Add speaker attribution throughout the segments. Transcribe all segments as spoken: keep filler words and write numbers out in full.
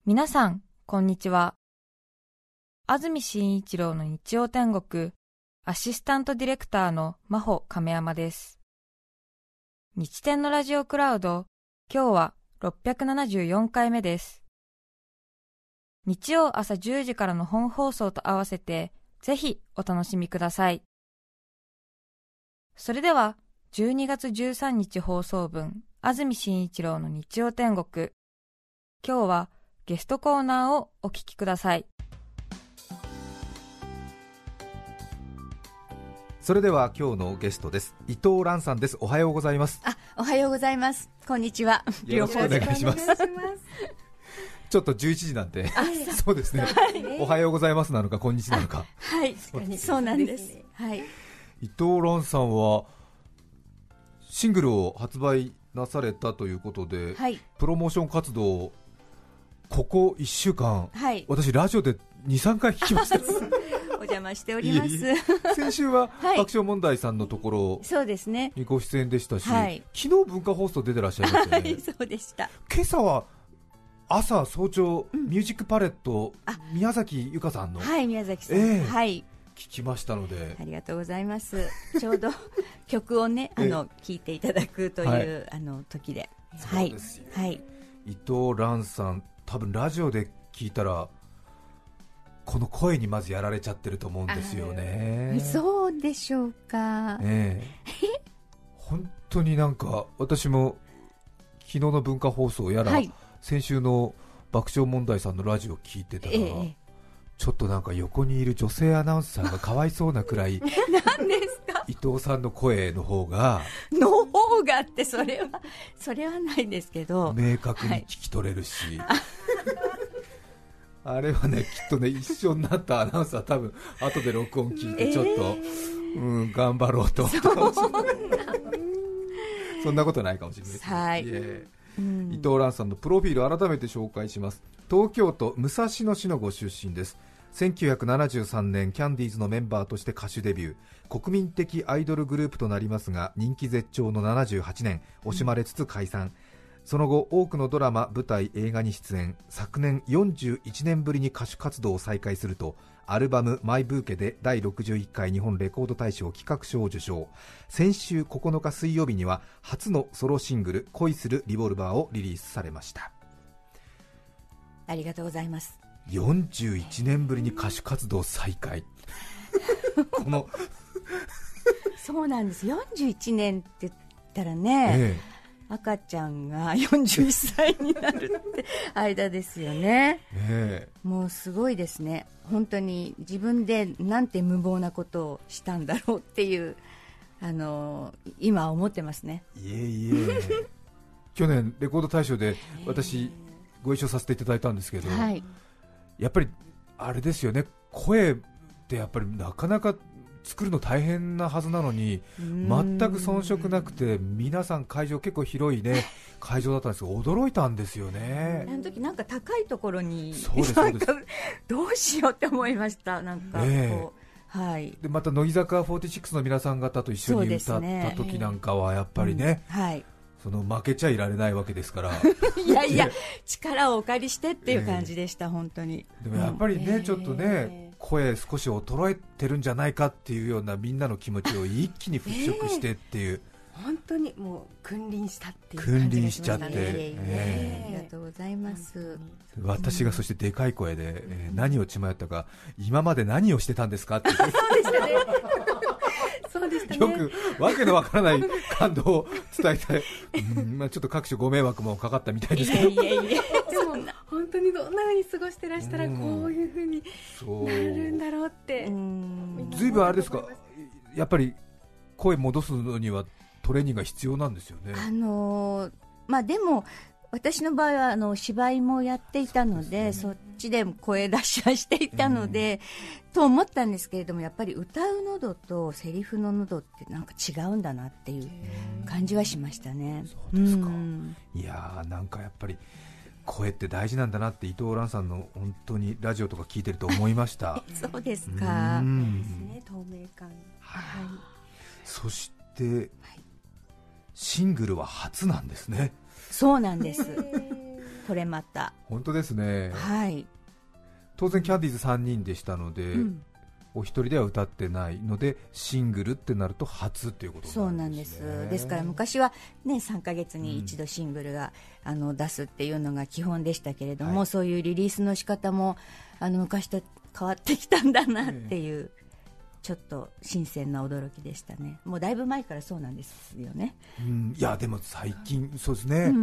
Speaker 1: 皆さん、こんにちは。安住紳一郎の日曜天国、アシスタントディレクターの真帆亀山です。日天のラジオクラウド、今日はろっぴゃくななじゅうよんかいめです。日曜朝じゅうじからの本放送と合わせて、ぜひお楽しみください。それでは、じゅうにがつじゅうさんにち放送分、安住紳一郎の日曜天国。今日は、ゲストコーナーをお聞きください。
Speaker 2: それでは今日のゲストです。伊藤蘭さんです。おはようございます。
Speaker 3: あ、おはようございます。こんにちは。
Speaker 2: よろしくお願いします。ちょっとじゅういちじなんで、そうですね、はい、おはようございますなのかこんにちなのか。
Speaker 3: はい、そうなんです。はい。
Speaker 2: 伊藤蘭さんはシングルを発売なされたということで、はい、プロモーション活動をここいっしゅうかん、はい、私ラジオで にさんかい聞きました。
Speaker 3: お邪魔しております。いえい
Speaker 2: え、先週は爆笑問題さんのところにご出演でしたし、はい、昨日文化放送出てらっしゃいましたよね。
Speaker 3: はい、そうでした。
Speaker 2: 今朝は朝早朝、うん、ミュージックパレット宮崎由香さんの、
Speaker 3: はい、宮崎さん、
Speaker 2: えー
Speaker 3: はい、
Speaker 2: 聞きましたので、
Speaker 3: ありがとうございます。ちょうど曲をね、あの聴いていただくという、はい、あの時で、
Speaker 2: そうですよ、はい、伊藤蘭さん多分ラジオで聞いたらこの声にまずやられちゃってると思うんですよね。
Speaker 3: そうでしょうか、
Speaker 2: ね、本当になんか私も昨日の文化放送やら、はい、先週の爆笑問題さんのラジオ聞いてたら、ええ、ちょっとなんか横にいる女性アナウンサーがかわいそうなくらい
Speaker 3: 何ですか、
Speaker 2: 伊藤さんの声の方が
Speaker 3: の方がってそれはそれはないですけど
Speaker 2: 明確に聞き取れるし、はい、あれはねきっとね一緒になったアナウンサー多分後で録音聞いてちょっと、えーうん、頑張ろうと思ったかもしれない。そんなことないかもしれないです、ね、はい、うん、伊藤蘭さんのプロフィール改めて紹介します。東京都武蔵野市のご出身です。せんきゅうひゃくななじゅうさんねんキャンディーズのメンバーとして歌手デビュー。国民的アイドルグループとなりますが、人気絶頂のななじゅうはちねん惜しまれつつ解散、うん、その後多くのドラマ、舞台、映画に出演。昨年よんじゅういちねんぶりに歌手活動を再開すると、アルバムマイブーケでだいろくじゅういっかい日本レコード大賞企画賞を受賞。先週ここのか水曜日には初のソロシングル恋するリボルバーをリリースされました。
Speaker 3: ありがとうございます。
Speaker 2: よんじゅういちねんぶりに歌手活動再開。この
Speaker 3: そうなんです。よんじゅういちねんって言ったらね、ええ、赤ちゃんがよんじゅういっさいになるって間ですよね、ええ、もうすごいですね。本当に自分でなんて無謀なことをしたんだろうっていう、あの今思ってますね。
Speaker 2: いえいえ去年レコード大賞で私ご一緒させていただいたんですけど、はい、やっぱりあれですよね、声ってやっぱりなかなか作るの大変なはずなのに全く遜色なくて、皆さん会場結構広いね会場だったんですけど驚いたんですよね。
Speaker 3: あの時なんか高いところに
Speaker 2: そうですそうです、
Speaker 3: どうしようって思いました。なんかこう、えーはい、
Speaker 2: でまた乃木坂フォーティシックスの皆さん方と一緒に歌った時なんかはやっぱりね、うん、はい、その負けちゃいられないわけですから
Speaker 3: いやいや力をお借りしてっていう感じでした、えー、本当に。
Speaker 2: でもやっぱりね、うん、ちょっとね、えー声少し衰えてるんじゃないかっていうようなみんなの気持ちを一気に払拭してっていう、
Speaker 4: えー、本当にもう君臨したっていう
Speaker 2: 感じがしましたね。君臨しちゃって、
Speaker 3: えー、ありがとうございます。
Speaker 2: 私がそしてでかい声で、えー、何を血迷ったか、今まで何をしてたんですかってそうでしたねそうでしたね、よくわけのわからない感動を伝えて、うんまあ、ちょっと各種ご迷惑もかかったみたいですけど、いやいやいや
Speaker 4: でも本当にどんな風に過ごしてらしたらこういう風になるんだろうって。
Speaker 2: ずいぶんあれですか、やっぱり声戻すのにはトレーニングが必要なんですよね。
Speaker 3: あのーまあ、でも私の場合はあの芝居もやっていたの で, そ, で、ね、そっちでも声出しはしていたので、うん、と思ったんですけれども、やっぱり歌う喉とセリフの喉ってなんか違うんだなっていう感じはしましたね。
Speaker 2: そうですか、うん、いやーなんかやっぱり声って大事なんだなって伊藤蘭さんの本当にラジオとか聞いてると思いました
Speaker 3: そうですか、うん、
Speaker 4: ですね、透明感、はい、
Speaker 2: そして、はい、シングルは初なんですね。
Speaker 3: そうなんですこれまた
Speaker 2: 本当ですね、
Speaker 3: はい、
Speaker 2: 当然キャンディーズさんにんでしたので、うん、お一人では歌ってないのでシングルってなると初っていうことなんですね。
Speaker 3: そうなんです。ですから昔は、ね、さんかげつに一度シングルが、うん、あの出すっていうのが基本でしたけれども、はい、そういうリリースの仕方もあの昔と変わってきたんだなっていう、えーちょっと新鮮な驚きでしたね。もうだいぶ前からそうなんですよね。
Speaker 2: うん、いやでも最近そうですね、うん、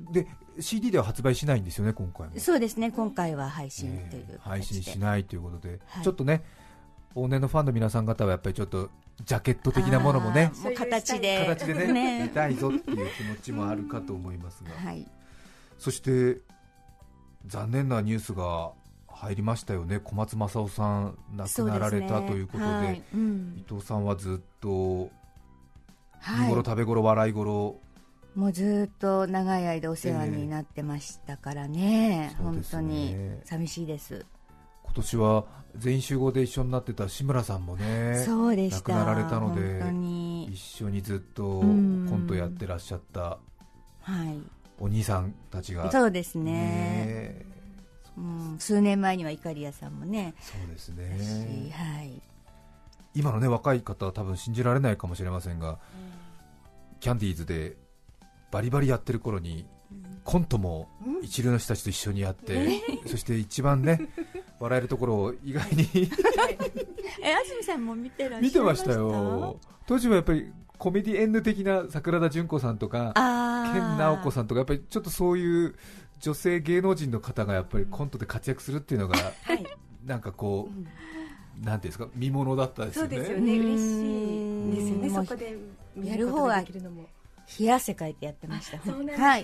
Speaker 2: で シーディー では発売しないんですよね今回も。
Speaker 3: そうですね、今回は配信という形で、
Speaker 2: えー、配信しないということで、はい、ちょっとね往年のファンの皆さん方はやっぱりちょっとジャケット的なものもね
Speaker 3: もう形で
Speaker 2: 形で ね, ね見たいぞっていう気持ちもあるかと思いますが、はい、そして残念なニュースが入りましたよね。小松政夫さん亡くなられた、ね、ということで、はいうん、伊藤さんはずっと見頃、はい、食べ頃笑い頃
Speaker 3: もうずっと長い間お世話になってましたからね、えー、本当に寂しいです。
Speaker 2: 今年は全員集合で一緒になってた志村さんもね
Speaker 3: そうでした
Speaker 2: 亡くなられたので
Speaker 3: 本当に
Speaker 2: 一緒にずっとコントやってらっしゃったお兄さんたちが、
Speaker 3: はい、そうですね、ねうん、数年前にはイカリアさんもね
Speaker 2: そうですね、
Speaker 3: はい、
Speaker 2: 今の、ね、若い方は多分信じられないかもしれませんが、うん、キャンディーズでバリバリやってる頃に、うん、コントも一流の人たちと一緒にやって、うん、そして一番ね笑えるところを意外に
Speaker 3: え安住さんも見てらっしゃいました？
Speaker 2: 見てましたよ。当時はやっぱりコメディエンヌ的な桜田淳子さんとか研ナオコさんとかやっぱりちょっとそういう女性芸能人の方がやっぱりコントで活躍するっていうのが、はい、なんかこう、うん、なんていうんですか見物だったですよね。
Speaker 4: そうですよね、嬉しいですよね。そこで見ることができるのも
Speaker 3: 冷や汗かいてやってました。
Speaker 4: そうなんですね、
Speaker 3: はい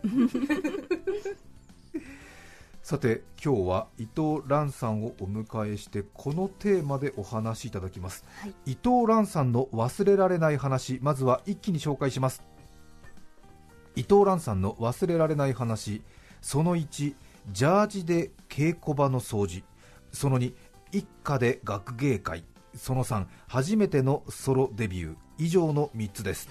Speaker 2: さて今日は伊藤蘭さんをお迎えしてこのテーマでお話しいただきます、はい、伊藤蘭さんの忘れられない話、まずは一気に紹介します。伊藤蘭さんの忘れられない話、そのいち、ジャージで稽古場の掃除、そのに、一家で学芸会、そのさん、初めてのソロデビュー、以上のみっつです。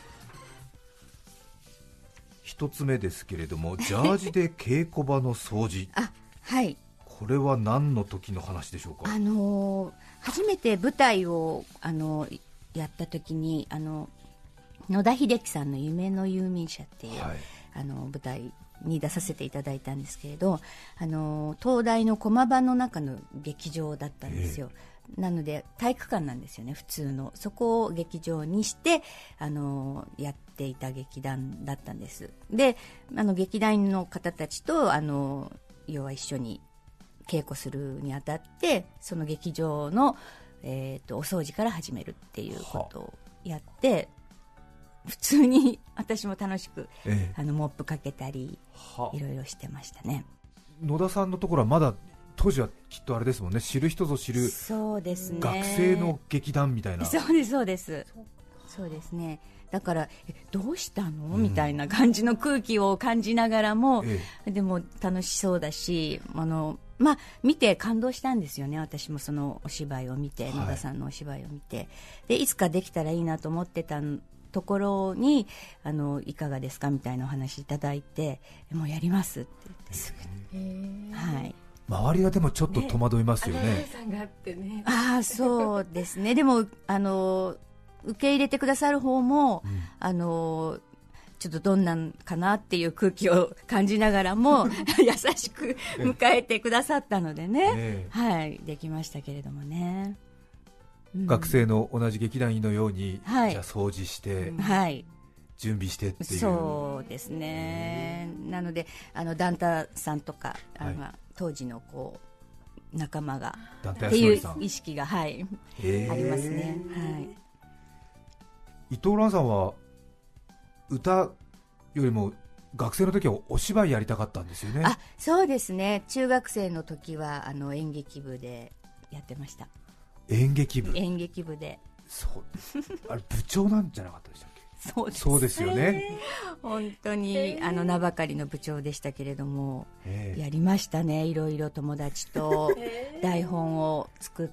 Speaker 2: 一つ目ですけれども、ジャージで稽古場の掃除
Speaker 3: あ、はい、
Speaker 2: これは何の時の話でしょうか？
Speaker 3: あのー、初めて舞台を、あのー、やった時にあの野田秀樹さんの夢の遊民者っていう、はい、あの舞台に出させていただいたんですけれど、あの東大の駒場の中の劇場だったんですよ。なので体育館なんですよね、普通の。そこを劇場にしてあのやっていた劇団だったんです。であの劇団の方たちとあの要は一緒に稽古するにあたってその劇場の、えーと、お掃除から始めるっていうことをやって普通に私も楽しく、ええ、あのモップかけたりいろいろしてましたね。
Speaker 2: 野田さんのところはまだ当時はきっとあれですもんね、知る人ぞ知る
Speaker 3: そうですね、
Speaker 2: 学生の劇団みたいな。
Speaker 3: そうですそうですそうですね。だからえどうしたの、うん、みたいな感じの空気を感じながらも、ええ、でも楽しそうだしあの、まあ、見て感動したんですよね。私もそのお芝居を見て、はい、野田さんのお芝居を見て、でいつかできたらいいなと思ってたところにあのいかがですかみたいなお話いただいて、もうやりますって言ってすぐに、はい、
Speaker 2: 周りはでもちょっと戸惑いますよね。
Speaker 4: ね、さんがあってね。
Speaker 3: ああそうですね。でもあの受け入れてくださる方も、うん、あのちょっとどんなんかなっていう空気を感じながらも優しく迎えてくださったのでね、ええ、はい、できましたけれどもね、
Speaker 2: うん、学生の同じ劇団員のように、はい、じゃあ掃除して、うん、はい、準備してっていう。
Speaker 3: そうですね。なのであのダンタさんとかあの、はい、当時のこう仲間がっていう意識が、はい、えー、ありますね、はい。
Speaker 2: 伊藤蘭さんは歌よりも学生の時はお芝居やりたかったんですよね。
Speaker 3: あ、そうですね。中学生の時はあの演劇部でやってました。
Speaker 2: 演劇部
Speaker 3: 演劇部で。
Speaker 2: そうあれ部長なんじゃなかったでしたっけ？
Speaker 3: そうです、
Speaker 2: そうですよね。
Speaker 3: 本当にあの名ばかりの部長でしたけれども、えー、やりましたね。いろいろ友達と台本を作って、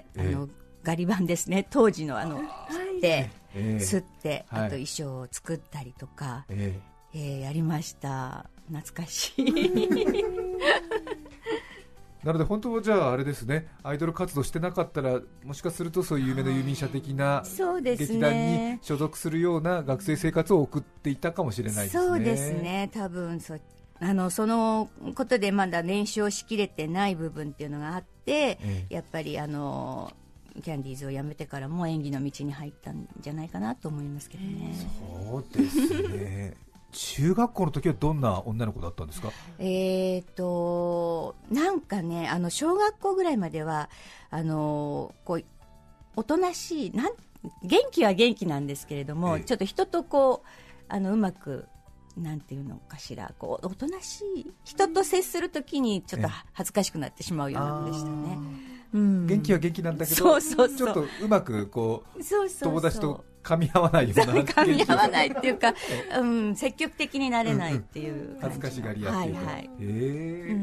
Speaker 3: えー、あのガリ版ですね、当時のあの吸って、えー、吸って、あと衣装を作ったりとか、えーえー、やりました。 懐かしい
Speaker 2: なので本当はじゃああれですね、アイドル活動してなかったらもしかするとそういう夢の郵便者的な劇団に所属するような学生生活を送っていたかもしれないですね。
Speaker 3: そうですね、多分 そ, あのそのことでまだ練習をしきれてない部分っていうのがあって、ええ、やっぱりあのキャンディーズを辞めてからも演技の道に入ったんじゃないかなと思いますけどね。
Speaker 2: そうですね中学校の時はどんな女の子だったんですか？
Speaker 3: えーとなんかね、あの小学校ぐらいまではあのこうおとなしい、なん元気は元気なんですけれども、ええ、ちょっと人とこうあのうまくなんていうのかしら、こうおとなしい人と接するときにちょっと恥ずかしくなってしまうような子でしたね。
Speaker 2: うん、元気は元気なんだけど、
Speaker 3: そうそうそう、
Speaker 2: ちょっとうまくこう
Speaker 3: そうそうそう、
Speaker 2: 友達と噛み合わないような
Speaker 3: 噛み合わないっていうか、うん、積極的になれないっていう、うんうん、
Speaker 2: 恥ずかしがり屋っていうか、はいはい、えー
Speaker 3: うん、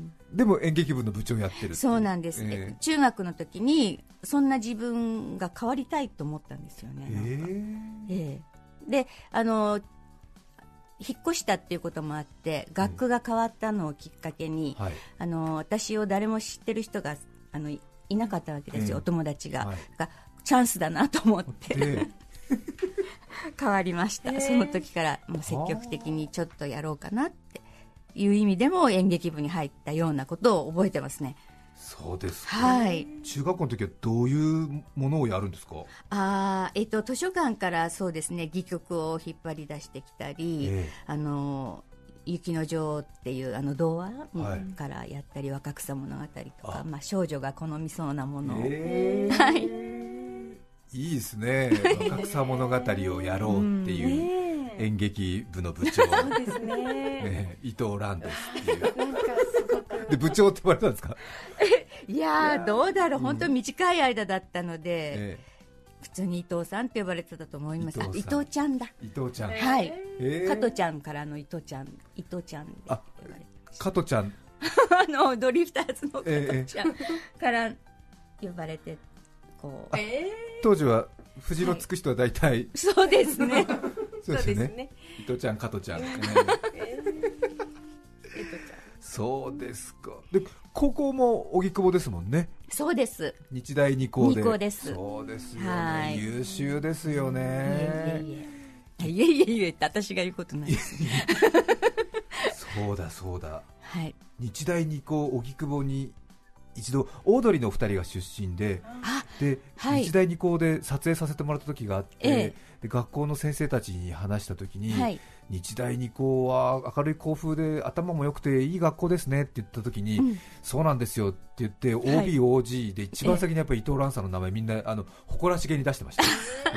Speaker 2: でも演劇部の部長やってるって。
Speaker 3: そうなんです、えー、中学の時にそんな自分が変わりたいと思ったんですよね。えーえー、であの引っ越したっていうこともあって学区が変わったのをきっかけに、うんはい、あの私を誰も知ってる人があの い, いなかったわけですよ、えー、お友達が、はい、がチャンスだなと思って、えー、変わりました、えー、その時からもう積極的にちょっとやろうかなっていう意味でも演劇部に入ったようなことを覚えてますね。
Speaker 2: そうですか、
Speaker 3: はい、
Speaker 2: 中学校の時はどういうものをやるんですか？
Speaker 3: あ、えーと、図書館からそうですね、戯曲を引っ張り出してきたり、えー、あの雪の女王っていうあの童話からやったり、はい、若草物語とか、まあ、少女が好みそうなものを、えーはい、
Speaker 2: いいですね、若草物語をやろうっていう演劇部の部長
Speaker 4: そうですね、
Speaker 2: ね、伊藤蘭ですっていうなんかすごくで部長って言われたんですか？
Speaker 3: いやどうだろう、本当に短い間だったので、えー、普通に伊藤さんって呼ばれてたと思います。伊藤, 伊藤ちゃんだ。
Speaker 2: 伊藤ちゃん、
Speaker 3: はい、えー、加トちゃんからの伊藤ちゃん、伊藤ちゃんで呼ばれてました。
Speaker 2: 加トちゃん
Speaker 3: あのドリフターズの加トちゃんから呼ばれてこう、
Speaker 2: えー、当時は藤のつく人は大体、はい、
Speaker 3: そうですね
Speaker 2: そうですね、伊藤ちゃん、加トちゃん、えーえー、そうですか。で高校も荻窪ですもんね。
Speaker 3: そうです、
Speaker 2: 日大二高で。
Speaker 3: 二高です。
Speaker 2: そうですよね、はい、優秀ですよね。
Speaker 3: いえいえいえいえいえって私が言うことないです
Speaker 2: そうだそうだ、
Speaker 3: はい、
Speaker 2: 日大二高荻窪に一度オードリーのふたりが出身で、で、はい、日大二高で撮影させてもらった時があって、ええ、で学校の先生たちに話した時に、はい、日大二高は明るい校風で頭も良くていい学校ですねって言った時に、うん、そうなんですよって言って オービー、オージー で一番先にやっぱり伊藤蘭さんの名前みんなあの誇らしげに出してました、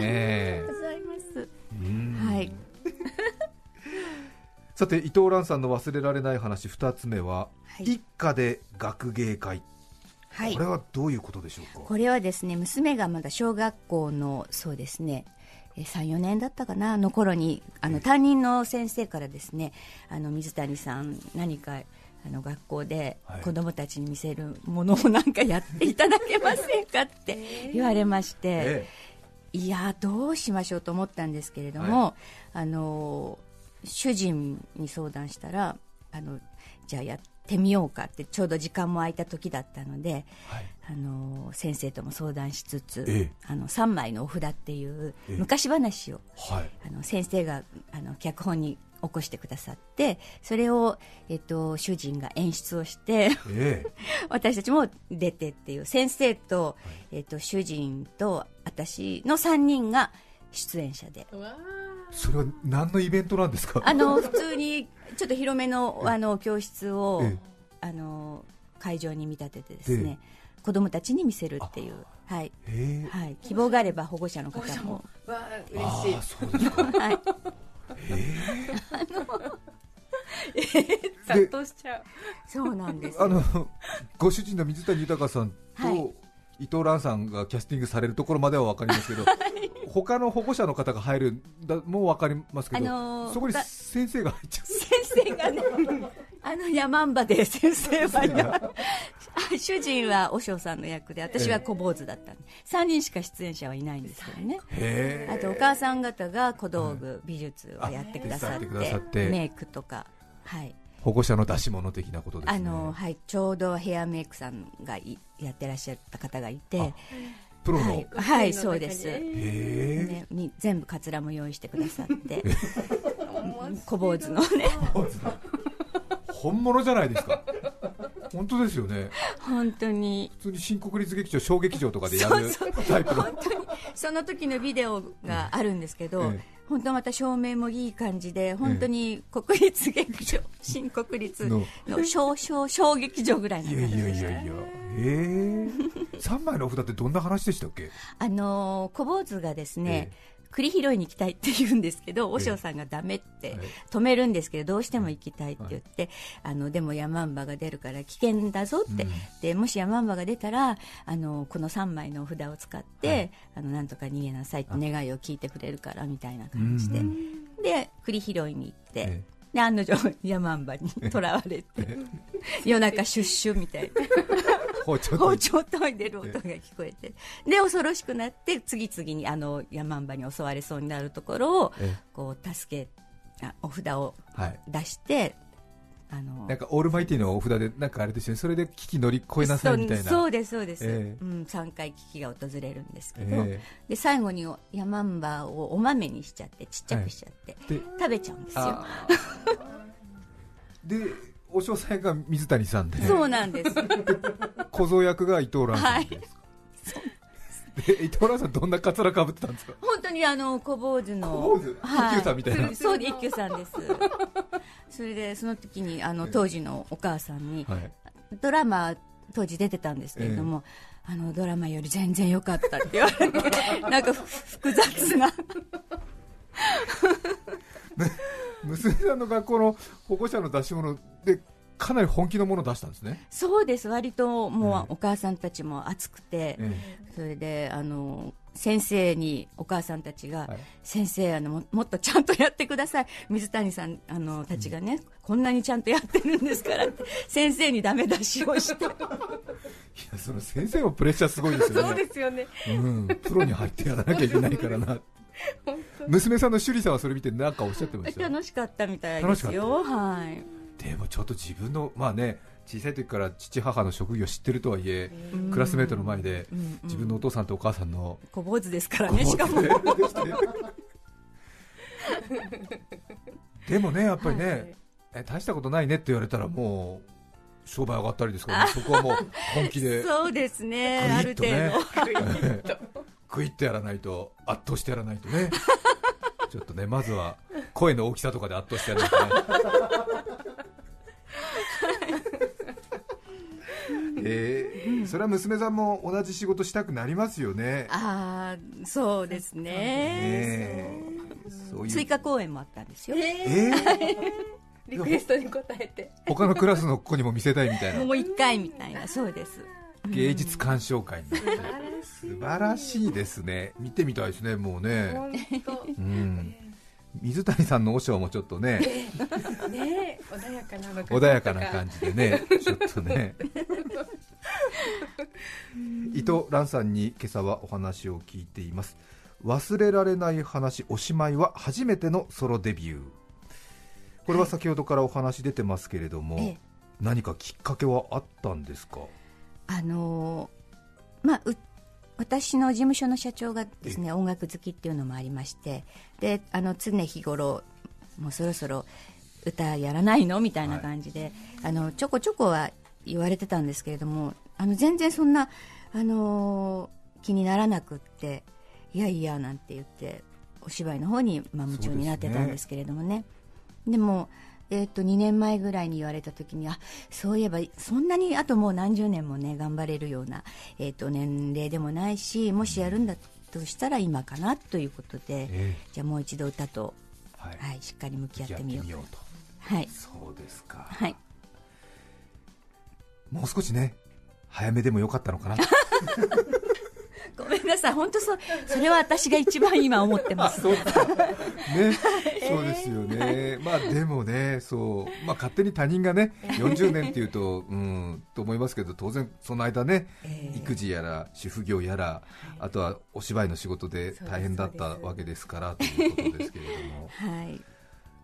Speaker 2: ね、
Speaker 3: ありがとうございます。
Speaker 2: うん、
Speaker 3: はい
Speaker 2: さて伊藤蘭さんの忘れられない話ふたつめは、はい、一家で学芸会、はい、これはどういうことでしょうか？
Speaker 3: これはですね、娘がまだ小学校のそうですねさん、よねんだったかなの頃にあの担任の先生からですね、あの水谷さん何かあの学校で子どもたちに見せるものをなんかやっていただけませんかって言われまして、えー、いやどうしましょうと思ったんですけれども、はい、あの主人に相談したらあのじゃあやってみようかって、ちょうど時間も空いた時だったので、はい、あの先生とも相談しつつ、ええ、あのさんまいのお札っていう昔話を、えはい、あの先生があの脚本に起こしてくださって、それを、えっと、主人が演出をして、ええ、私たちも出てっていう先生と、はい、えっと、主人と私のさんにんが出演者で。
Speaker 2: それは何のイベントなんですか？
Speaker 3: あの普通にちょっと広め の, あの教室をあの会場に見立ててですね、子どもたちに見せるっていう、はいはい、希望があれば保護者の方も。
Speaker 4: わ嬉しい。
Speaker 2: あ、そうですか。はい。
Speaker 3: え
Speaker 4: ー、あのえー、殺到しちゃう。
Speaker 3: そうなんです。
Speaker 2: あのご主人の水谷豊さんと、はい、伊藤蘭さんがキャスティングされるところまでは分かりますけど、はい、他の保護者の方が入るだもう分かりますけど、あのー、そこに先生が入っちゃう。
Speaker 3: 先生がねあの山んばで先生は主人は和尚さんの役で、私は小坊主だったんで、さんにんしか出演者はいないんですけどね。へあとお母さん方が小道具、美術をやってくださって、メイクとか、 はい、
Speaker 2: 保護者の出し物的なことですね。
Speaker 3: あの、はい、ちょうどヘアメイクさんがいやってらっしゃった方がいて、
Speaker 2: プロの、
Speaker 3: はい、はい、そうです。
Speaker 2: へ
Speaker 3: ー、ね、全部カツラも用意してくださって小坊主のね
Speaker 2: 本物じゃないですか。本当ですよね。
Speaker 3: 本当に
Speaker 2: 普通に新国立劇場小劇場とかでやるタイプの。
Speaker 3: 本当にその時のビデオがあるんですけど、うん、ええ、本当また照明もいい感じで、本当に国立劇場、ええ、新国立の小小小劇場ぐらいな感じでした。いやいやいやいや、
Speaker 2: えー、さんまいのお札ってどんな話でしたっけ？
Speaker 3: あの小坊主がですね、ええ、栗拾いに行きたいって言うんですけど、和尚さんがダメって止めるんですけど、どうしても行きたいって言って、はい、あのでもヤマンバが出るから危険だぞって、うん、でもしヤマンバが出たらあのこのさんまいのお札を使って、はい、あのなんとか逃げなさいって願いを聞いてくれるからみたいな感じで、うん、で栗拾いに行って、ええ、で案の定ヤマンバにとらわれて夜中シュッシュみたいな包丁包丁研いでる音が聞こえて、で恐ろしくなって次々にあのヤマンバに襲われそうになるところをこう助けあお札を出して、はい、あの
Speaker 2: なんかオールマイティのお札でなんかあれですよね、それで危機乗り越えなさいみたいな。
Speaker 3: そ, そうですそうです、えーうん、さんかい危機が訪れるんですけど、えー、で最後にヤマンバをお豆にしちゃってちっちゃくしちゃって、はい、食べちゃうんですよ。
Speaker 2: でお嬢さんが水谷さんで、
Speaker 3: そうなんです。
Speaker 2: 小僧役が伊藤蘭さんですか？はい、で伊藤蘭さんどんなカツラかぶってたんですか？
Speaker 3: 本当にあの小坊主の
Speaker 2: 小坊主、はい、一休さんみたいな。
Speaker 3: そうで一休さんです。それでその時にあの当時のお母さんに、はい、ドラマ当時出てたんですけれども、えー、あのドラマより全然良かったって言われてなんか複雑な
Speaker 2: 娘さんの学校の保護者の出し物でかなり本気のものを出したんですね。
Speaker 3: そうです、割ともうお母さんたちも熱くて、ええ、それであの先生にお母さんたちが、はい、先生あの も, もっとちゃんとやってください、水谷さんあのたちがね、うん、こんなにちゃんとやってるんですからって先生にダメ出しをしていや
Speaker 2: その先生もプレッシャーすごいですよね。
Speaker 4: そうですよね、
Speaker 2: うん、プロに入ってやらなきゃいけないからな娘さんの趣里さんはそれ見て何かおっしゃってました？
Speaker 3: 楽しかったみたいですよ。はい、
Speaker 2: でもちょっと自分のまあね小さい時から父母の職業を知ってるとはいえ、クラスメートの前で自分のお父さんとお母さんの
Speaker 3: 小坊主ですからね、しかも
Speaker 2: でもねやっぱりね、はい、え大したことないねって言われたらもう商売上がったりですからね、そこはもう本気で
Speaker 3: そうですね、ある程度
Speaker 2: クイッとやらないと、圧倒してやらないとねちょっとねまずは声の大きさとかで圧倒してやらないとねえー、それは娘さんも同じ仕事したくなりますよね。
Speaker 3: ああそうですね、ねそういう追加公演もあったんですよ。えー、
Speaker 4: リクエストに応えて
Speaker 2: 他のクラスの子にも見せたいみたいな
Speaker 3: もう一回みたいな。そうです、
Speaker 2: 芸術鑑賞会になって素晴らしいですね。見てみたいですねもうね。本当、うん、水谷さんの和尚もちょっとね
Speaker 4: ね穏やかなのか
Speaker 2: 穏やかな感じでねちょっとね伊藤蘭さんに今朝はお話を聞いています。忘れられない話おしまいは初めてのソロデビュー。これは先ほどからお話出てますけれども、はい、何かきっかけはあったんですか？
Speaker 3: あのーまあ、私の事務所の社長がですね音楽好きっていうのもありまして、であの常日頃もうそろそろ歌やらないのみたいな感じで、はい、あのちょこちょこは言われてたんですけれども、あの全然そんな、あのー、気にならなくって、いやいやなんて言ってお芝居の方に、まあ、夢中になってたんですけれどもね。でもえー、とにねんまえぐらいに言われた時に、あそういえばそんなにあともう何十年もね頑張れるような、えー、と年齢でもないし、もしやるんだとしたら今かなということで、えー、じゃあもう一度歌と、はいはい、しっかり向き合ってみようと。はい、
Speaker 2: そうですか、
Speaker 3: はい、
Speaker 2: もう少しね早めでもよかったのかな
Speaker 3: ごめんなさい、本当 そ, それは私が一番今思ってます
Speaker 2: そうですね、そうですよね、まあでもねそう、まあ、勝手に他人がねよんじゅうねんっていうとうんと思いますけど、当然その間ね、えー、育児やら主婦業やら、あとはお芝居の仕事で大変だったわけですからということですけれども、
Speaker 3: はい、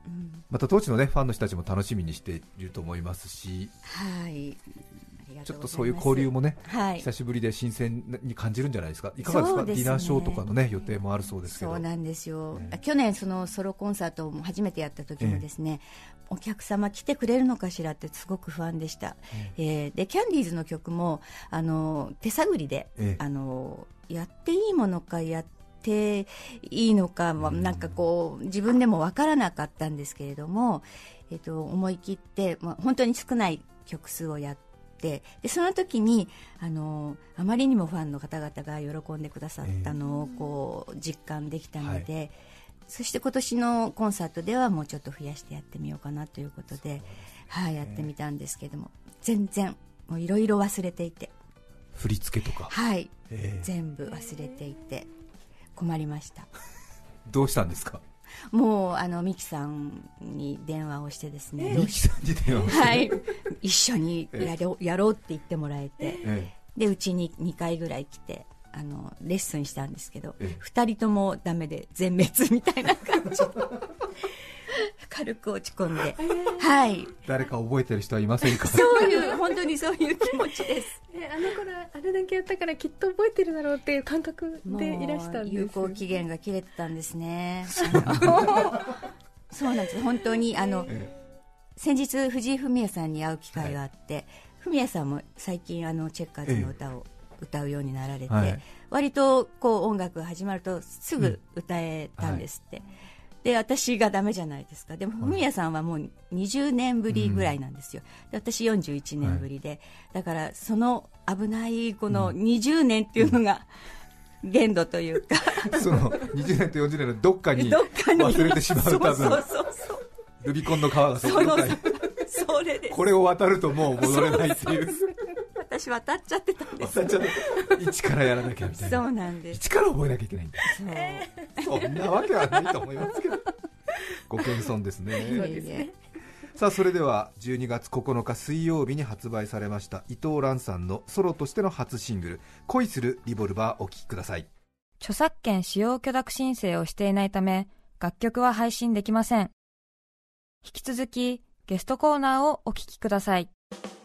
Speaker 3: うん、
Speaker 2: また当地の、ね、ファンの人たちも楽しみにしていると思いますし、
Speaker 3: はい、
Speaker 2: ちょっとそういう交流もね、
Speaker 3: はい、
Speaker 2: 久しぶりで新鮮に感じるんじゃないですか。いかがですか。ですね、ディナーショーとかの、ね、予定もあるそうですけど。
Speaker 3: そうなんですよ、ね、去年そのソロコンサートを初めてやった時もですね、えー、お客様来てくれるのかしらってすごく不安でした、えーえー、でキャンディーズの曲もあの手探りで、えー、あのやっていいものかやっていいのか、うん、なんかこう自分でも分からなかったんですけれども、えー、と思い切って、まあ、本当に少ない曲数をやってでその時に あのあまりにもファンの方々が喜んでくださったのをこう実感できたので、はい、そして今年のコンサートではもうちょっと増やしてやってみようかなということで、はい、やってみたんですけども、全然いろいろ忘れていて、
Speaker 2: 振り付けとか、
Speaker 3: はい、全部忘れていて困りました
Speaker 2: どうしたんですか。
Speaker 3: もうあのミキさんに電話をしてですね、
Speaker 2: ミキさんに電話をして、
Speaker 3: はい、一緒にやろう、やろうって言ってもらえて、ええ、でうちににかいぐらい来てあのレッスンしたんですけど、ええ、ふたりともダメで全滅みたいな感じ軽く落ち込んで、はい、
Speaker 2: 誰か覚えてる人はいませんか。
Speaker 3: そういう本当にそういう気持ちです
Speaker 4: えあの頃あれだけやったからきっと覚えてるだろうっていう感覚でいらしたんです。
Speaker 3: 有効期限が切れてたんですねそうなんです。本当にあの、ええ、先日藤井フミヤさんに会う機会があって、はい、フミヤさんも最近あのチェッカーズの歌を歌うようになられて、はい、割とこう音楽が始まるとすぐ歌えたんですって、うん、はい、で私がダメじゃないですか。でもフミヤさんはもうにじゅうねんぶりぐらいなんですよ、うん、で私よんじゅういちねんぶりで、はい、だからその危ないこのにじゅうねんっていうのが、うん、限度というか
Speaker 2: そのにじゅうねんとよんじゅうねんのどっかに忘れてしまう、多分そうそうそうそうルビコンの川がそこどっかに
Speaker 3: それです。
Speaker 2: これを渡るともう戻れないっていう
Speaker 3: 私渡っちゃってたんです。
Speaker 2: 渡っちゃって一からやらなきゃみたいな。
Speaker 3: そうなんです。
Speaker 2: 一から覚えなきゃいけないんだ。そうそんなわけはないと思いますけどご謙遜ですね。そうですね。さあそれではじゅうにがつここのか水曜日に発売されました伊藤蘭さんのソロとしての初シングル恋するリボルバーお聴きください。
Speaker 1: 著作権使用許諾申請をしていないため楽曲は配信できません。引き続きゲストコーナーをお聞きください。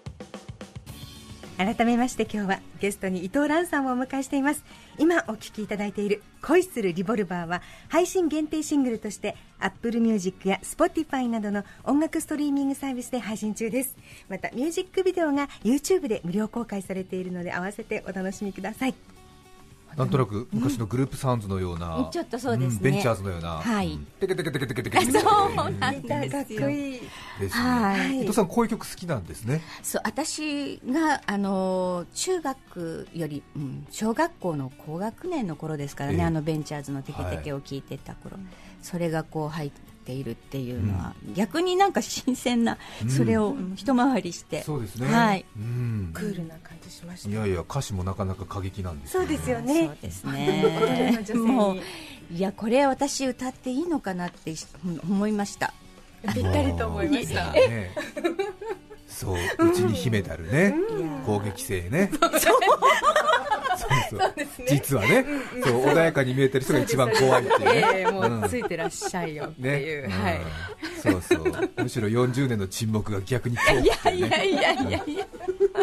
Speaker 5: 改めまして今日はゲストに伊藤蘭さんをお迎えしています。今お聴きいただいている恋するリボルバーは配信限定シングルとして Apple Music や Spotify などの音楽ストリーミングサービスで配信中です。またミュージックビデオが YouTube で無料公開されているので合わせてお楽しみください。
Speaker 2: なんとなく昔のグループサウンズのような、
Speaker 3: うん、ちょっとそうですね、
Speaker 2: うん、ベンチャーズのような、
Speaker 3: はい、
Speaker 2: テケテケテケテケテケテケ
Speaker 3: そうなんですよ。
Speaker 5: かっこいい
Speaker 2: ですね、はい、伊藤さんこういう曲好きなんですね。
Speaker 3: そう私があの中学より、うん、小学校の高学年の頃ですからね、えー、あのベンチャーズのテケテケを聴いてた頃、はい、それがこう入っているっていうのは、うん、逆になんか新鮮な、うん、それを一回りして、
Speaker 2: そうですね、
Speaker 3: はい、
Speaker 5: うん、クールな感じしました。
Speaker 2: いやいや歌詞もなかなか過激なんですよね。
Speaker 5: そうですよね。
Speaker 3: そうですねもういやこれ私歌っていいのかなって思いました。
Speaker 5: ぴったりと思いました、
Speaker 2: ね、そううちに秘めたるね、うん、攻撃性ねそうそうそうですね、実はね、うんうん、そう穏やかに見えてる人が一番怖いっていうね、
Speaker 5: えー、もうついてらっしゃいよっていう、ね、はい、
Speaker 2: うん、そうそうむしろよんじゅうねんの沈黙が逆に恐怖っていうね。
Speaker 3: いやいやいやいやいや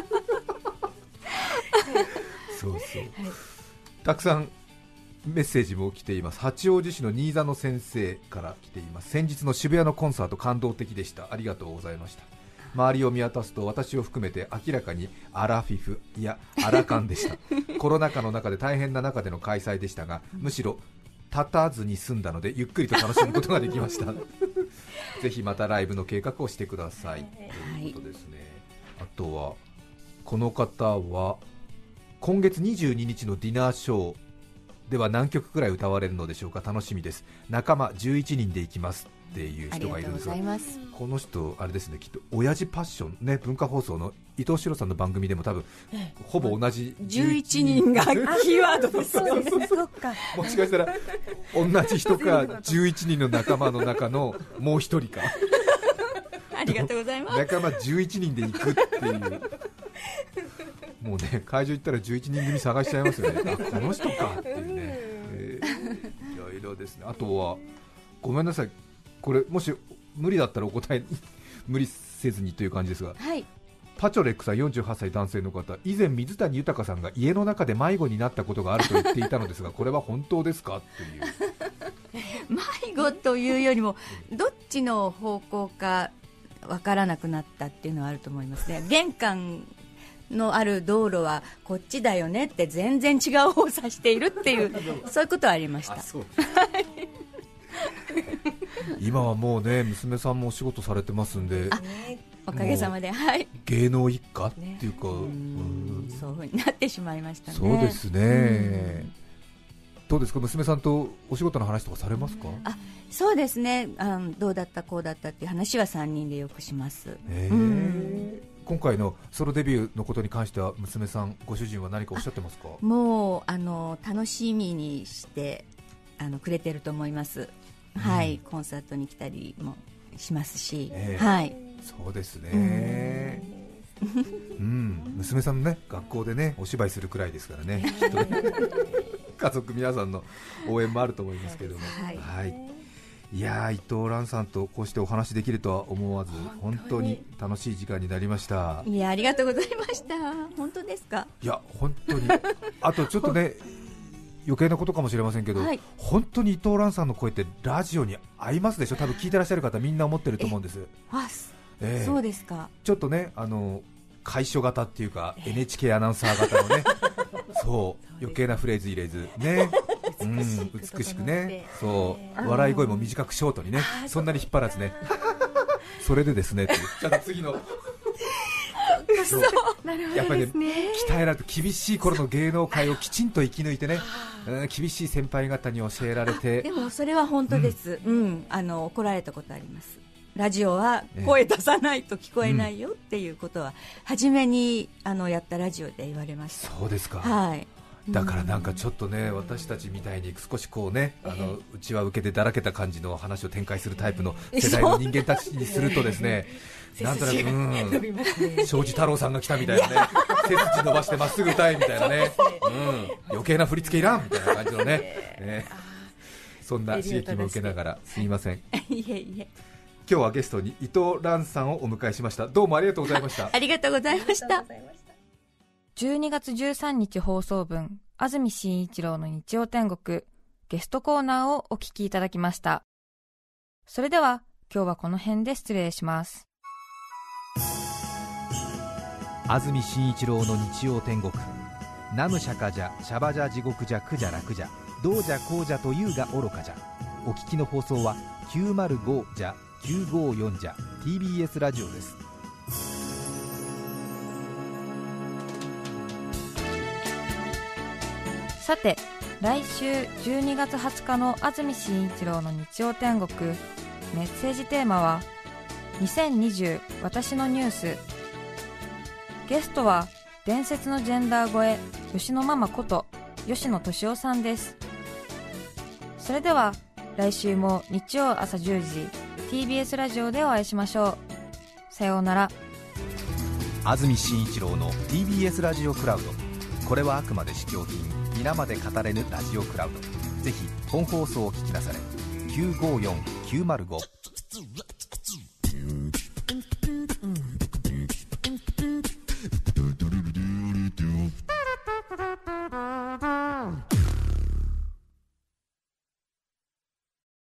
Speaker 2: そうそう、はい、たくさんメッセージも来ています。八王子市の新座の先生から来ています。先日の渋谷のコンサート感動的でした。ありがとうございました。周りを見渡すと私を含めて明らかにアラフィフいやアラカンでしたコロナ禍の中で大変な中での開催でしたが、むしろ立たずに済んだのでゆっくりと楽しむことができましたぜひまたライブの計画をしてください、ということですね。あとはこの方は今月にじゅうににちのディナーショーでは何曲くらい歌われるのでしょうか。楽しみです。仲間じゅういちにんで行きますっていう人がいるんですが、この人あれですね、きっと親父パッションね、文化放送の伊藤四郎さんの番組でも多分ほぼ同じ
Speaker 3: じゅういちにんがキーワードですよね
Speaker 2: もしかしたら同じ人かじゅういちにんの仲間の中のもう一人か
Speaker 3: ありがとうございます。
Speaker 2: 仲間じゅういちにんで行くっていうもうね、会場行ったらじゅういちにん組探しちゃいますよねあこの人かっていうね、えー、いろいろですね。あとはごめんなさい、これもし無理だったらお答え無理せずにという感じですが、
Speaker 3: はい、
Speaker 2: パチョレックさんよんじゅうはっさい男性の方、以前水谷豊さんが家の中で迷子になったことがあると言っていたのですがこれは本当ですかという
Speaker 3: 迷子というよりもどっちの方向かわからなくなったっていうのはあると思いますね。玄関のある道路はこっちだよねって全然違う方を指しているっていうそういうことはありました。
Speaker 2: 今はもうね娘さんもお仕事されてますんで、
Speaker 3: あ、おかげさまで、はい、
Speaker 2: 芸能一家っていうか、ね、
Speaker 3: うんそういう風になってしまいましたね。
Speaker 2: そうですね。どうですか、娘さんとお仕事の話とかされますか？
Speaker 3: あ、そうですね、あのどうだったこうだったっていう話はさんにんでよくします。
Speaker 2: へー、うん、今回のソロデビューのことに関しては娘さんご主人は何かおっしゃってますか？
Speaker 3: もうあの楽しみにしてあのくれてると思います、うん、はい、コンサートに来たりもしますし、
Speaker 2: えー、
Speaker 3: はい、
Speaker 2: そうですね、うんうん、娘さんのね学校でねお芝居するくらいですからねきっとね家族皆さんの応援もあると思いますけども、はい、はい、いや伊藤蘭さんとこうしてお話できるとは思わず本当に楽しい時間になりました。
Speaker 3: いや、ありがとうございました。本当ですか？
Speaker 2: いや本当にあとちょっとね余計なことかもしれませんけど、はい、本当に伊藤蘭さんの声ってラジオに合いますでしょ。多分聞いてらっしゃる方みんな思ってると思うんです。
Speaker 3: あ、えー、そうですか。
Speaker 2: ちょっとねあの楷書型っていうか エヌエイチケー アナウンサー型のねそう余計なフレーズ入れずね、うん、美しくね、そう笑い声も短くショートにね、そんなに引っ張らずねそれでですねってちゃんと次のそうやっぱりね鍛えられて厳しい頃の芸能界をきちんと生き抜いてね、うん、厳しい先輩方に教えられて。
Speaker 3: でもそれは本当です、うんうん、あの怒られたことあります。ラジオは声出さないと聞こえないよっていうことは、うん、初めにあのやったラジオで言われました。
Speaker 2: そうですか、
Speaker 3: はい、
Speaker 2: だからなんかちょっとね、うん、私たちみたいに少しこうね、あのうちは受けてだらけた感じの話を展開するタイプの世代の人間たちにするとですね、なんとなく、うん、庄司太郎さんが来たみたいなね背筋伸ばしてまっすぐ歌えみたいなね、うん、余計な振り付けいらんみたいな感じのね、ねそんな刺激も受けながらすみません。
Speaker 3: いえいえ、
Speaker 2: 今日はゲストに伊藤蘭さんをお迎えしました。どうもありがとうございました。
Speaker 3: ありがとうございました。
Speaker 1: じゅうにがつじゅうさんにち放送分、安住紳一郎の日曜天国ゲストコーナーをお聞きいただきました。それでは今日はこの辺で失礼します。
Speaker 6: 安住紳一郎の日曜天国、ナムシャカジャシャバジャ地獄じゃクジャ楽じゃどうじゃこうじゃというが愚かじゃ。お聞きの放送はきゅうまるごじゃきゅうごよんじゃ ティービーエス ラジオです。
Speaker 1: さて、来週じゅうにがつはつかの安住紳一郎の日曜天国、メッセージテーマはにせんにじゅう私のニュース。ゲストは伝説のジェンダー越え吉野ママこと吉野俊夫さんです。それでは来週も日曜朝じゅうじ ティービーエス ラジオでお会いしましょう。さようなら。
Speaker 6: 安住紳一郎の ティービーエス ラジオクラウド、これはあくまで試供品、皆まで語れぬラジオクラウド。ぜひ本放送を聞きなされ。きゅうごよんきゅうまるご